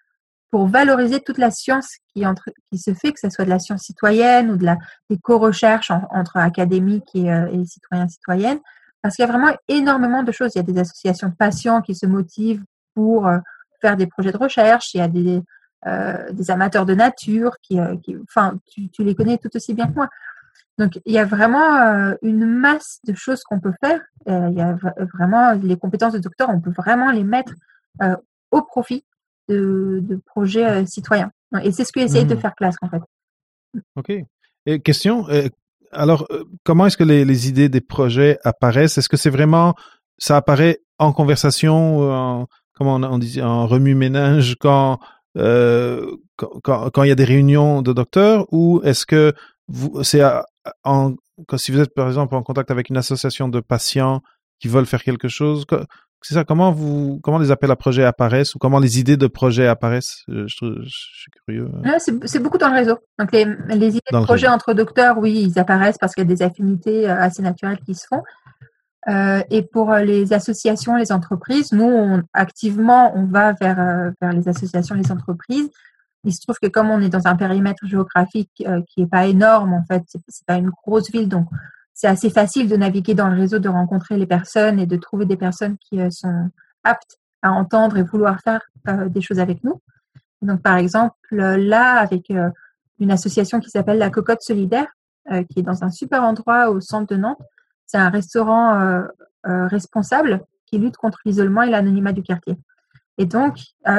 pour valoriser toute la science qui se fait, que ce soit de la science citoyenne ou des co-recherches entre académiques et citoyens, citoyennes. Parce qu'il y a vraiment énormément de choses. Il y a des associations de patients qui se motivent pour faire des projets de recherche. Il y a des amateurs de nature enfin, tu les connais tout aussi bien que moi. Donc, il y a vraiment une masse de choses qu'on peut faire. Il y a vraiment les compétences de docteur, on peut vraiment les mettre au profit de projets citoyens. Et c'est ce que essaye de faire Clask, en fait. OK. Et question, alors, comment est-ce que les idées des projets apparaissent? Est-ce que c'est vraiment, ça apparaît en conversation, comment on dit, en remue-ménage quand il y a des réunions de docteurs, ou est-ce que c'est si vous êtes par exemple en contact avec une association de patients qui veulent faire quelque chose, c'est ça, comment les appels à projets apparaissent, ou comment les idées de projets apparaissent? Je suis curieux. C'est beaucoup dans le réseau. Donc les idées de projets entre docteurs, oui, ils apparaissent parce qu'il y a des affinités assez naturelles qui se font. Et pour les associations, les entreprises, nous, activement, on va vers les associations, les entreprises. Il se trouve que comme on est dans un périmètre géographique qui est pas énorme, en fait, c'est pas une grosse ville, donc c'est assez facile de naviguer dans le réseau, de rencontrer les personnes et de trouver des personnes qui sont aptes à entendre et vouloir faire des choses avec nous. Donc, par exemple, là, avec une association qui s'appelle la Cocotte Solidaire, qui est dans un super endroit au centre de Nantes. C'est un restaurant responsable qui lutte contre l'isolement et l'anonymat du quartier. Et donc,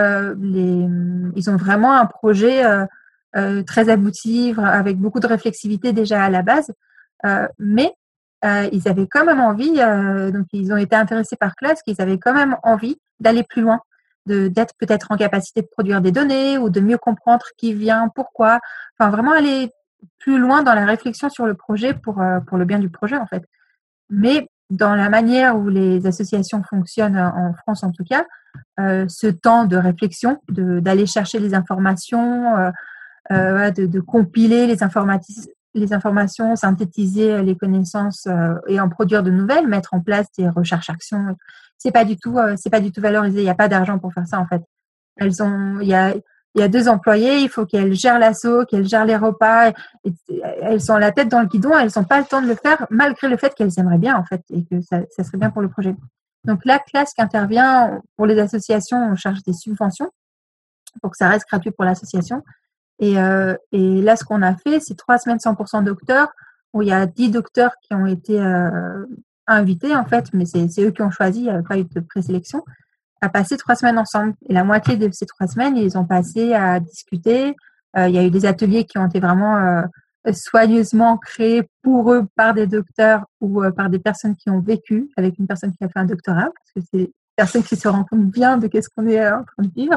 ils ont vraiment un projet très abouti, avec beaucoup de réflexivité déjà à la base, mais ils avaient quand même envie, donc ils ont été intéressés par Clask, ils avaient quand même envie d'aller plus loin, d'être peut-être en capacité de produire des données ou de mieux comprendre qui vient, pourquoi, enfin vraiment aller plus loin dans la réflexion sur le projet pour le bien du projet en fait. Mais dans la manière où les associations fonctionnent en France en tout cas, ce temps de réflexion, d'aller chercher les informations, de compiler les informations, synthétiser les connaissances et en produire de nouvelles, mettre en place des recherches-actions, c'est pas du tout valorisé. Il n'y a pas d'argent pour faire ça en fait. Il y a 2 employés, il faut qu'elles gèrent l'asso, qu'elles gèrent les repas. Elles sont la tête dans le guidon, elles n'ont pas le temps de le faire, malgré le fait qu'elles aimeraient bien en fait, et que ça serait bien pour le projet. Donc là, Clask intervient pour les associations, on cherche des subventions pour que ça reste gratuit pour l'association. Et là, ce qu'on a fait, c'est 3 semaines 100% docteurs, où il y a 10 docteurs qui ont été invités en fait, mais c'est eux qui ont choisi, il n'y avait pas eu de présélection, à passer 3 semaines ensemble. Et la moitié de ces 3 semaines, ils ont passé à discuter. Il y a eu des ateliers qui ont été vraiment soigneusement créés pour eux par des docteurs ou par des personnes qui ont vécu avec une personne qui a fait un doctorat, parce que c'est des personnes qui se rendent compte bien de qu'est-ce qu'on est en train de vivre.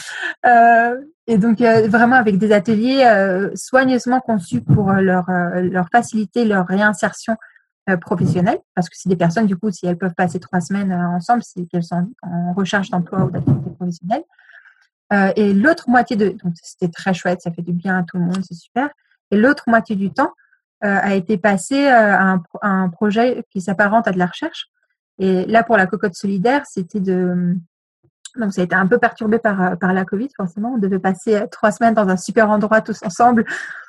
Et donc, vraiment avec des ateliers soigneusement conçus pour leur faciliter leur réinsertion professionnelle, parce que c'est des personnes, du coup, si elles peuvent passer 3 semaines ensemble, c'est qu'elles sont en recherche d'emploi ou d'activité professionnelle. Et l'autre moitié donc c'était très chouette, ça fait du bien à tout le monde, c'est super. Et l'autre moitié du temps a été passée à un projet qui s'apparente à de la recherche. Et là, pour la Cocotte Solidaire, c'était donc ça a été un peu perturbé par la Covid, forcément. On devait passer 3 semaines dans un super endroit tous ensemble.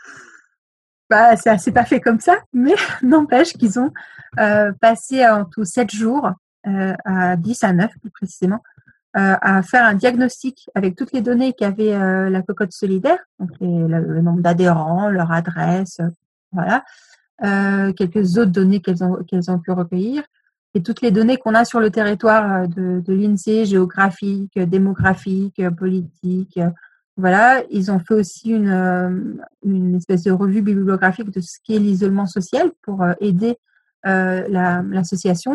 Bah, c'est pas fait comme ça, mais n'empêche qu'ils ont passé en tout 7 jours, à 10 à 9 plus précisément, à faire un diagnostic avec toutes les données qu'avait la Cocotte Solidaire, donc le nombre d'adhérents, leur adresse, voilà, quelques autres données qu'elles ont pu recueillir, et toutes les données qu'on a sur le territoire de l'INSEE, géographique, démographique, politique. Voilà, ils ont fait aussi une espèce de revue bibliographique de ce qu'est l'isolement social pour aider l'association.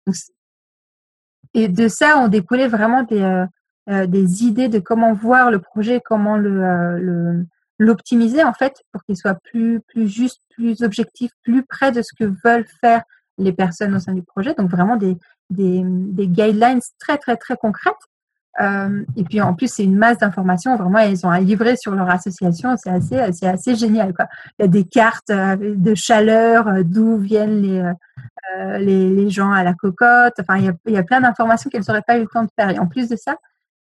Et de ça, on découlait vraiment des idées de comment voir le projet, comment l'optimiser en fait pour qu'il soit plus juste, plus objectif, plus près de ce que veulent faire les personnes au sein du projet. Donc vraiment des guidelines très très très concrètes. Et puis en plus c'est une masse d'informations. Vraiment, ils ont un livret sur leur association. C'est assez génial quoi. Il y a des cartes de chaleur, d'où viennent les gens à la cocotte. Enfin, il y a plein d'informations qu'elles n'auraient pas eu le temps de faire. Et en plus de ça,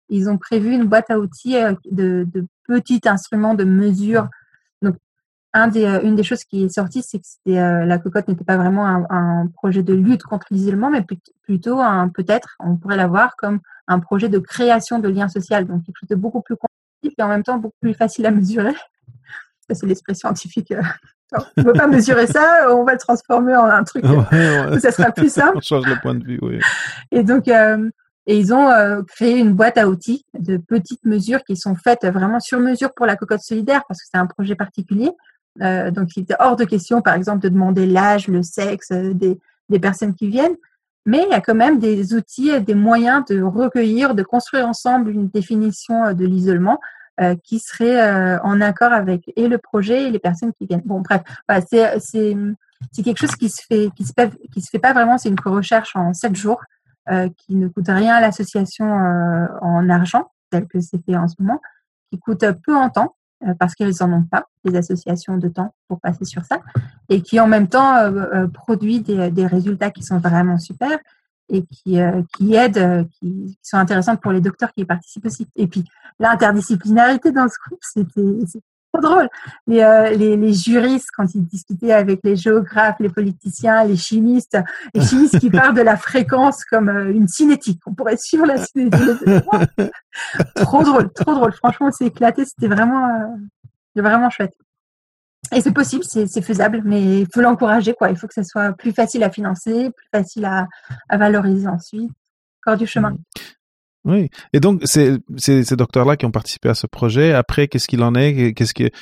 ils ont prévu une boîte à outils de petits instruments de mesure. Donc, une des choses qui est sortie, c'est que la cocotte n'était pas vraiment un projet de lutte contre l'isolement, mais plutôt peut-être, on pourrait la voir comme un projet de création de liens sociaux, donc quelque chose de beaucoup plus constructif et en même temps beaucoup plus facile à mesurer. Ça, c'est l'esprit scientifique. On ne peut pas mesurer ça, on va le transformer en un truc où ça sera plus simple. On change le point de vue, oui. Et donc, ils ont créé une boîte à outils de petites mesures qui sont faites vraiment sur mesure pour la cocotte solidaire parce que c'est un projet particulier. Donc, il était hors de question, par exemple, de demander l'âge, le sexe des personnes qui viennent. Mais il y a quand même des outils et des moyens de recueillir, de construire ensemble une définition de l'isolement qui serait en accord avec et le projet et les personnes qui viennent. Bon, bref, voilà, c'est quelque chose qui se fait pas vraiment. C'est une recherche en 7 jours qui ne coûte rien à l'association en argent, tel que c'est fait en ce moment, qui coûte peu en temps parce qu'elles en ont pas, les associations de temps pour passer sur ça, et qui en même temps produit des résultats qui sont vraiment super et qui aident, qui sont intéressantes pour les docteurs qui y participent aussi. Et puis l'interdisciplinarité dans ce groupe, c'est trop drôle. Les juristes, quand ils discutaient avec les géographes, les politiciens, les chimistes qui parlent de la fréquence comme une cinétique. On pourrait suivre la cinétique. Trop drôle. Franchement, c'est éclaté. C'était vraiment chouette. Et c'est possible, c'est faisable, mais il faut l'encourager, quoi. Il faut que ça soit plus facile à financer, plus facile à valoriser ensuite. Encore du chemin. Oui. Et donc, c'est ces docteurs-là qui ont participé à ce projet. Après, qu'est-ce qu'il en est?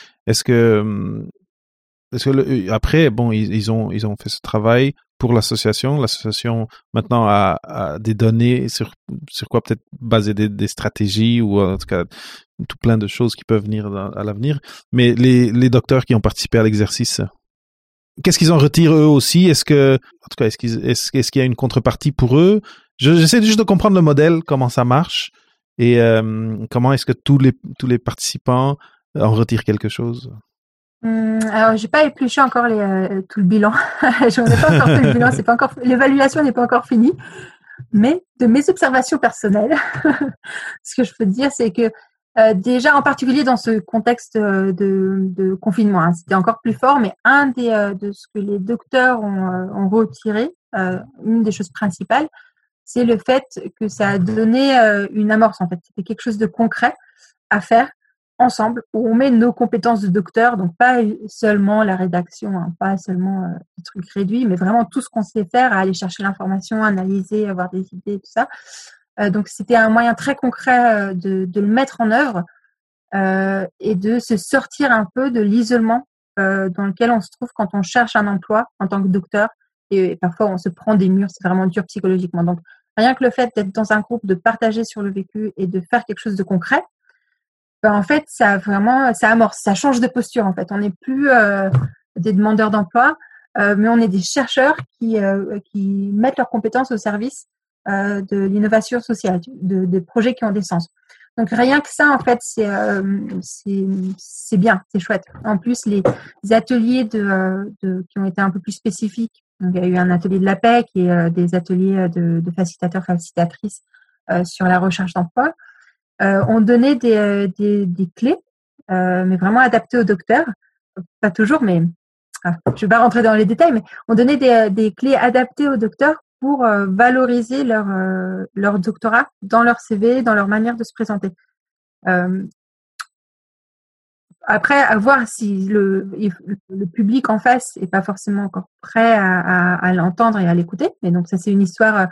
Après, bon, ils ont fait ce travail pour l'association. L'association, maintenant, a des données sur quoi peut-être baser des stratégies ou en tout cas, tout plein de choses qui peuvent venir à l'avenir. Mais les docteurs qui ont participé à l'exercice, qu'est-ce qu'ils en retirent eux aussi? Est-ce qu'il y a une contrepartie pour eux? J'essaie juste de comprendre le modèle, comment ça marche et comment est-ce que tous les participants en retirent quelque chose. Alors, j'ai pas épluché encore tout le bilan. J'en ai pas encore fait le bilan. L'évaluation n'est pas encore finie. Mais de mes observations personnelles, ce que je peux te dire, c'est que déjà, en particulier dans ce contexte de confinement, hein, c'était encore plus fort. Mais de ce que les docteurs ont retiré, une des choses principales, c'est le fait que ça a donné une amorce. En fait, c'était quelque chose de concret à faire ensemble, où on met nos compétences de docteur, donc pas seulement la rédaction, hein, pas seulement des trucs réduits, mais vraiment tout ce qu'on sait faire, à aller chercher l'information, analyser, avoir des idées, tout ça. Donc c'était un moyen très concret de le mettre en œuvre et de se sortir un peu de l'isolement dans lequel on se trouve quand on cherche un emploi en tant que docteur, et parfois on se prend des murs, c'est vraiment dur psychologiquement. Donc rien que le fait d'être dans un groupe, de partager sur le vécu et de faire quelque chose de concret, en fait, ça amorce, ça change de posture. En fait, on n'est plus des demandeurs d'emploi, mais on est des chercheurs qui mettent leurs compétences au service de l'innovation sociale, de projets qui ont des sens. Donc rien que ça, en fait, c'est bien, c'est chouette. En plus, les ateliers qui ont été un peu plus spécifiques. Donc, il y a eu un atelier de l'APEC et des ateliers de facilitateurs, facilitatrices sur la recherche d'emploi. On donnait des clés, mais vraiment adaptées aux docteurs. Pas toujours, mais je ne vais pas rentrer dans les détails, mais on donnait des clés adaptées aux docteurs pour valoriser leur doctorat dans leur CV, dans leur manière de se présenter. Après, à voir si le public en face n'est pas forcément encore prêt à l'entendre et à l'écouter. Mais donc, ça, c'est une histoire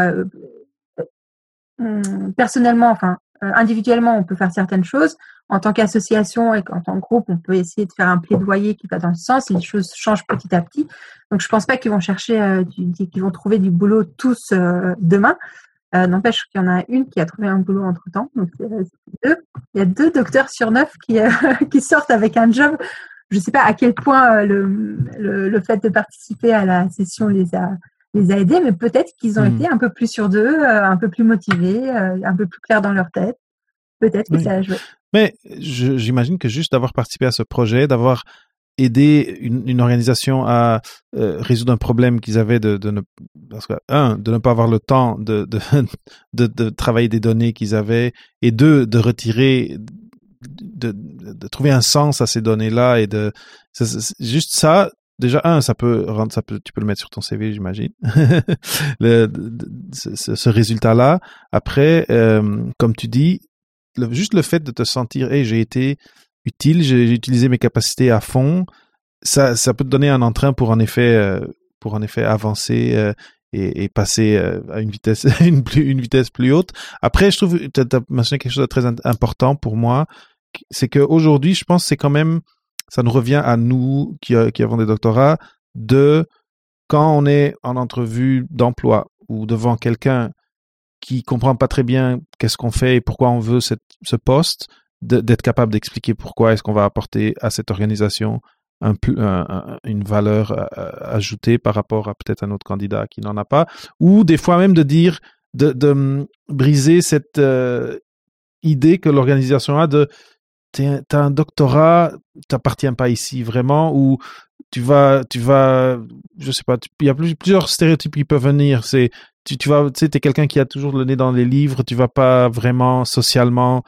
personnellement, enfin, individuellement, on peut faire certaines choses. En tant qu'association et en tant que groupe, on peut essayer de faire un plaidoyer qui va dans le sens. Les choses changent petit à petit. Donc, je pense pas qu'ils vont chercher, qu'ils vont trouver du boulot tous demain. N'empêche qu'il y en a une qui a trouvé un boulot entre-temps. Donc, il y a 2 docteurs sur 9 qui sortent avec un job. Je sais pas à quel point le fait de participer à la session les a aidés, mais peut-être qu'ils ont été un peu plus sûrs d'eux, un peu plus motivés, un peu plus clairs dans leur tête. Peut-être que ça a joué. Mais j'imagine que juste d'avoir participé à ce projet, d'avoir aider une organisation à résoudre un problème qu'ils avaient de ne pas avoir le temps de travailler des données qu'ils avaient, et deux, de retirer, de trouver un sens à ces données-là, et juste ça. Déjà, tu peux le mettre sur ton CV, j'imagine. Ce résultat-là. Après, comme tu dis, juste le fait de te sentir, hey, j'ai été utile, j'ai utilisé mes capacités à fond, ça peut te donner un entrain pour en effet avancer et passer à une vitesse une vitesse plus haute. Après, je trouve tu as mentionné quelque chose de très important pour moi, c'est que aujourd'hui, je pense que c'est quand même, ça nous revient à nous qui avons des doctorats, de quand on est en entrevue d'emploi ou devant quelqu'un qui comprend pas très bien qu'est-ce qu'on fait et pourquoi on veut ce poste, d'être capable d'expliquer pourquoi est-ce qu'on va apporter à cette organisation une valeur ajoutée par rapport à peut-être un autre candidat qui n'en a pas, ou des fois même de dire, de briser cette idée que l'organisation a de t'as un doctorat, t'appartiens pas ici vraiment, ou tu vas, je sais pas, il y a plusieurs stéréotypes qui peuvent venir. C'est, tu sais, t'es quelqu'un qui a toujours le nez dans les livres, tu vas pas vraiment socialement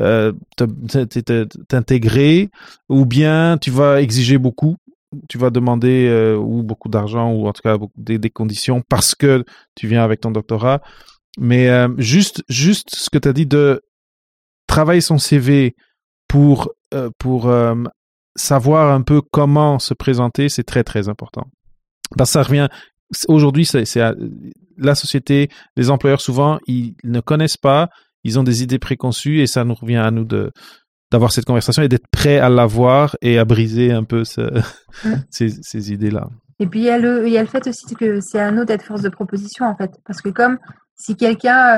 t'intégrer, ou bien tu vas exiger beaucoup, tu vas demander ou beaucoup d'argent, ou en tout cas des conditions parce que tu viens avec ton doctorat. Mais juste ce que tu as dit de travailler son CV pour savoir un peu comment se présenter, c'est très très important. Parce que ça revient, aujourd'hui, c'est la société, les employeurs souvent, ils ne connaissent pas, ils ont des idées préconçues, et ça nous revient à nous d'avoir cette conversation et d'être prêt à l'avoir et à briser un peu ces idées-là. Et puis il y a le fait aussi que c'est à nous d'être force de proposition, en fait, parce que comme si quelqu'un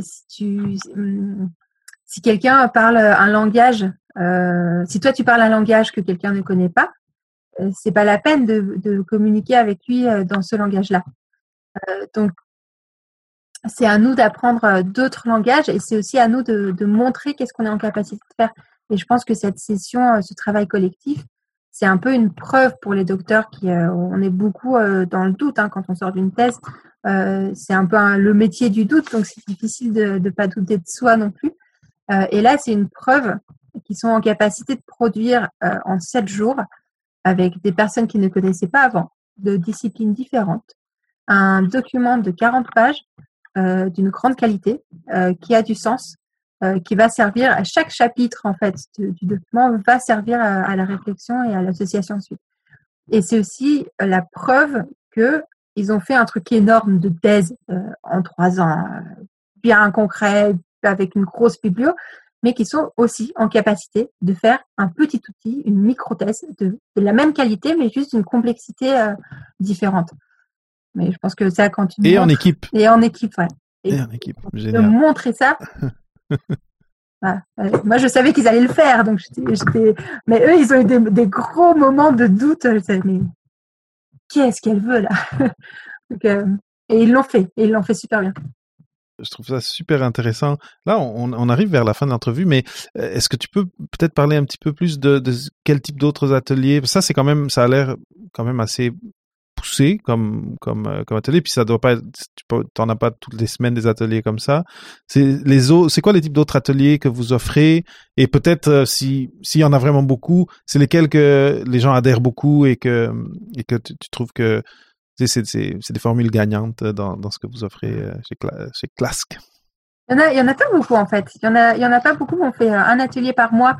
si quelqu'un parle un langage, si toi tu parles un langage que quelqu'un ne connaît pas, c'est pas la peine de communiquer avec lui dans ce langage-là. Donc c'est à nous d'apprendre d'autres langages, et c'est aussi à nous de montrer qu'est-ce qu'on est en capacité de faire. Et je pense que cette session, ce travail collectif, c'est un peu une preuve pour les docteurs on est beaucoup dans le doute quand on sort d'une thèse. C'est un peu le métier du doute, donc c'est difficile de ne pas douter de soi non plus. Et là, c'est une preuve qu'ils sont en capacité de produire en 7 jours, avec des personnes qu'ils ne connaissaient pas avant, de disciplines différentes, un document de 40 pages d'une grande qualité, qui a du sens, qui va servir à chaque chapitre en fait du document, va servir à la réflexion et à l'association ensuite. Et c'est aussi la preuve que ils ont fait un truc énorme de thèse en 3 ans, bien concret, avec une grosse biblio, mais qui sont aussi en capacité de faire un petit outil, une micro-thèse de la même qualité, mais juste d'une complexité différente. Mais je pense que ça, quand tu en équipe. Et en équipe, ouais. Et en équipe, génial. De montrer ça. Voilà. Moi, je savais qu'ils allaient le faire, donc mais eux, ils ont eu des gros moments de doute. Mais qu'est-ce qu'elle veut là? Donc, et ils l'ont fait super bien. Je trouve ça super intéressant. Là, on arrive vers la fin de l'entrevue, mais est-ce que tu peux peut-être parler un petit peu plus de quel type d'autres ateliers? Ça, ça a l'air quand même assez poussé comme atelier, puis ça doit pas être, t'en as pas toutes les semaines des ateliers comme ça. C'est quoi les types d'autres ateliers que vous offrez? Et peut-être s'il y en a vraiment beaucoup, c'est lesquels que les gens adhèrent beaucoup et que tu trouves que c'est des formules gagnantes dans ce que vous offrez chez Clask. Il y en a pas beaucoup en fait. Il y en a pas beaucoup. On fait un atelier par mois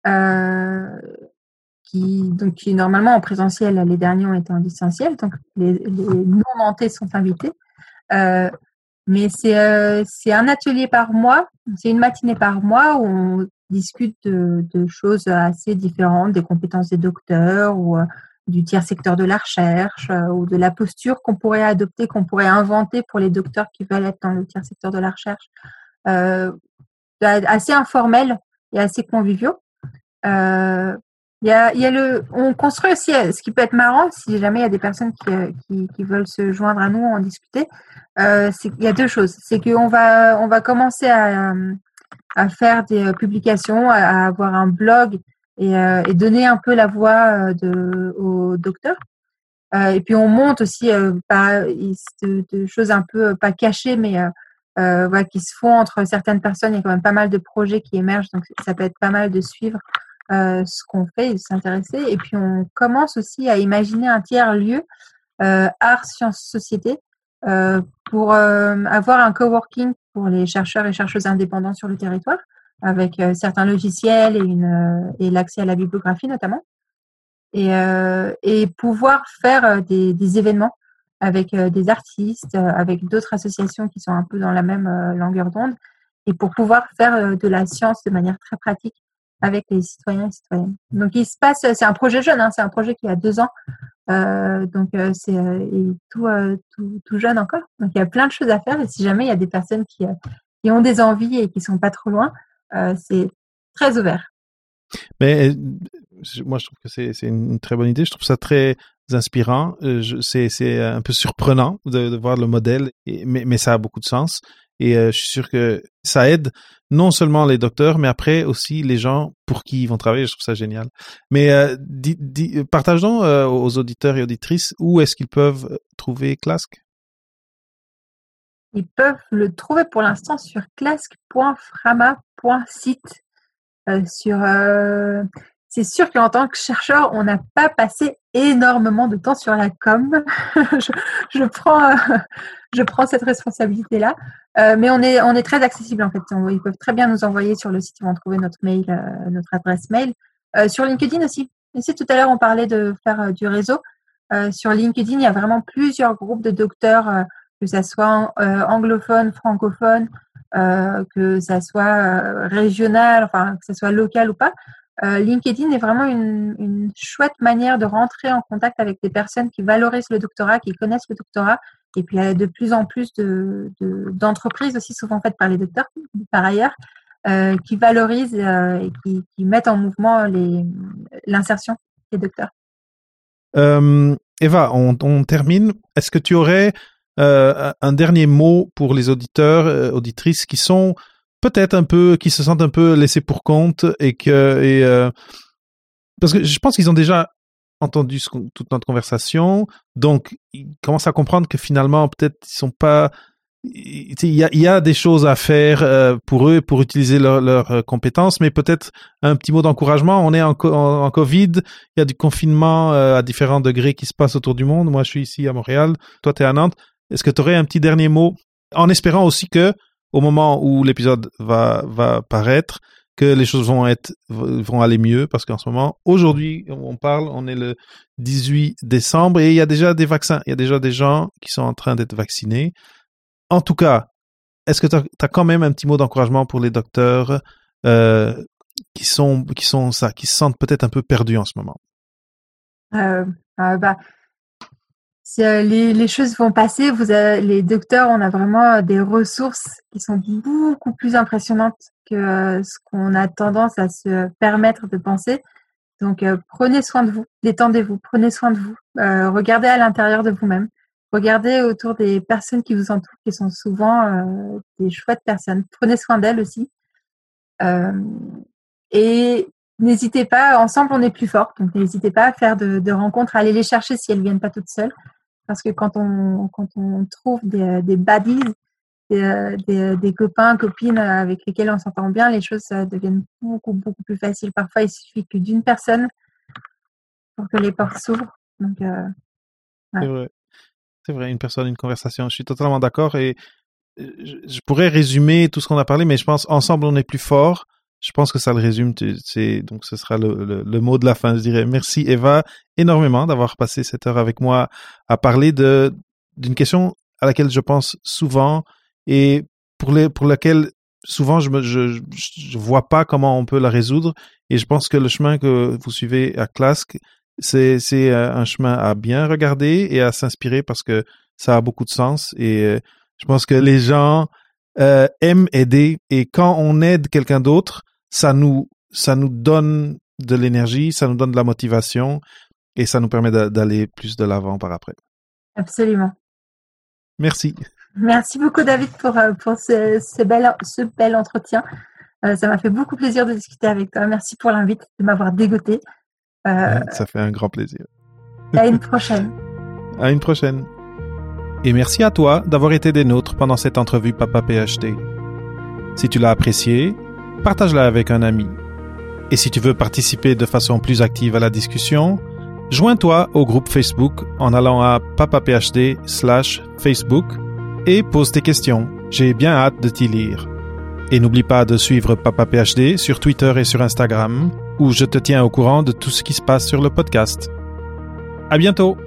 qui est normalement en présentiel. Les derniers ont été en distanciel, donc les non-nantais sont invités. Mais c'est un atelier par mois. C'est une matinée par mois où on discute de choses assez différentes, des compétences des docteurs ou du tiers secteur de la recherche ou de la posture qu'on pourrait adopter, qu'on pourrait inventer pour les docteurs qui veulent être dans le tiers secteur de la recherche. Assez informel et assez conviviaux. On construit aussi, ce qui peut être marrant, si jamais il y a des personnes qui veulent se joindre à nous, en discuter, il y a 2 choses. C'est qu'on va commencer à faire des publications, à avoir un blog et donner un peu la voix aux docteurs. Et puis on monte aussi de choses un peu pas cachées, mais voilà, qui se font entre certaines personnes. Il y a quand même pas mal de projets qui émergent, donc ça peut être pas mal de suivre ce qu'on fait et de s'intéresser. Et puis on commence aussi à imaginer un tiers lieu, art, sciences, société, pour avoir un coworking pour les chercheurs et chercheuses indépendants sur le territoire, avec certains logiciels et l'accès à la bibliographie notamment. Et pouvoir faire des événements avec des artistes, avec d'autres associations qui sont un peu dans la même longueur d'onde, et pour pouvoir faire de la science de manière très pratique avec les citoyens et citoyennes. Donc il se passe, c'est un projet jeune, hein, c'est un projet qui a 2 ans, donc c'est tout jeune encore. Donc il y a plein de choses à faire, et si jamais il y a des personnes qui ont des envies et qui sont pas trop loin, c'est très ouvert. Mais moi, je trouve que c'est une très bonne idée. Je trouve ça très inspirant. C'est un peu surprenant de voir le modèle, mais ça a beaucoup de sens. Et je suis sûr que ça aide non seulement les docteurs, mais après aussi les gens pour qui ils vont travailler. Je trouve ça génial. Mais partageons aux auditeurs et auditrices où est-ce qu'ils peuvent trouver Clask. Ils peuvent le trouver pour l'instant sur clask.frama.site. C'est sûr qu'en tant que chercheur, on n'a pas passé énormément de temps sur la com. je prends cette responsabilité-là, mais on est très accessible en fait. Ils peuvent très bien nous envoyer sur le site, ils vont trouver notre mail, notre adresse mail. Sur LinkedIn aussi. Et tout à l'heure, on parlait de faire du réseau. Sur LinkedIn, il y a vraiment plusieurs groupes de docteurs, que ça soit anglophone, francophone, que ça soit régional, enfin que ça soit local ou pas. LinkedIn est vraiment une chouette manière de rentrer en contact avec des personnes qui valorisent le doctorat, qui connaissent le doctorat, et puis il y a de plus en plus d'entreprises aussi, souvent faites par les docteurs par ailleurs, qui valorisent et qui mettent en mouvement l'insertion des docteurs. Eva, on termine. Est-ce que tu aurais un dernier mot pour les auditeurs, auditrices qui sont peut-être qui se sentent un peu laissés pour compte parce que je pense qu'ils ont déjà entendu toute notre conversation, donc ils commencent à comprendre que finalement peut-être ils sont pas, il y a des choses à faire pour eux pour utiliser leurs compétences, mais peut-être un petit mot d'encouragement. On est en Covid, il y a du confinement à différents degrés qui se passe autour du monde. Moi, je suis ici à Montréal, toi, tu es à Nantes. Est-ce que tu aurais un petit dernier mot, en espérant aussi que au moment où l'épisode va paraître, que les choses vont aller mieux, parce qu'en ce moment, aujourd'hui, on est le 18 décembre et il y a déjà des vaccins, il y a déjà des gens qui sont en train d'être vaccinés. En tout cas, est-ce que tu as quand même un petit mot d'encouragement pour les docteurs qui se sentent peut-être un peu perdus en ce moment? Les choses vont passer. Les docteurs, on a vraiment des ressources qui sont beaucoup plus impressionnantes que ce qu'on a tendance à se permettre de penser. Donc, prenez soin de vous, détendez-vous, prenez soin de vous, regardez à l'intérieur de vous-même. Regardez autour des personnes qui vous entourent, qui sont souvent des chouettes personnes. Prenez soin d'elles aussi. Et n'hésitez pas, ensemble on est plus fort. Donc n'hésitez pas à faire de rencontres, à aller les chercher si elles viennent pas toutes seules. Parce que quand on trouve des buddies, des copains, copines avec lesquels on s'entend bien, les choses deviennent beaucoup, beaucoup plus faciles. Parfois, il suffit que d'une personne pour que les portes s'ouvrent. Donc, ouais. C'est vrai, une personne, une conversation. Je suis totalement d'accord et je pourrais résumer tout ce qu'on a parlé, mais je pense ensemble on est plus fort. Je pense que ça le résume. Donc ce sera le mot de la fin, je dirais. Merci Eva énormément d'avoir passé cette heure avec moi à parler d'une question à laquelle je pense souvent et pour laquelle souvent je vois pas comment on peut la résoudre. Et je pense que le chemin que vous suivez à Clask, c'est un chemin à bien regarder et à s'inspirer parce que ça a beaucoup de sens et je pense que les gens aiment aider et quand on aide quelqu'un d'autre, ça nous donne de l'énergie, ça nous donne de la motivation et ça nous permet d'aller plus de l'avant par après. Absolument. Merci. Merci beaucoup David pour ce bel entretien. Ça m'a fait beaucoup plaisir de discuter avec toi. Merci pour l'invite, de m'avoir dégoté. Ça fait un grand plaisir. À une prochaine. À une prochaine. Et merci à toi d'avoir été des nôtres pendant cette entrevue Papa PhD. Si tu l'as apprécié, partage-la avec un ami. Et si tu veux participer de façon plus active à la discussion, joins-toi au groupe Facebook en allant à papaphd/Facebook et pose tes questions. J'ai bien hâte de t'y lire. Et n'oublie pas de suivre Papa PhD sur Twitter et sur Instagram, où je te tiens au courant de tout ce qui se passe sur le podcast. À bientôt!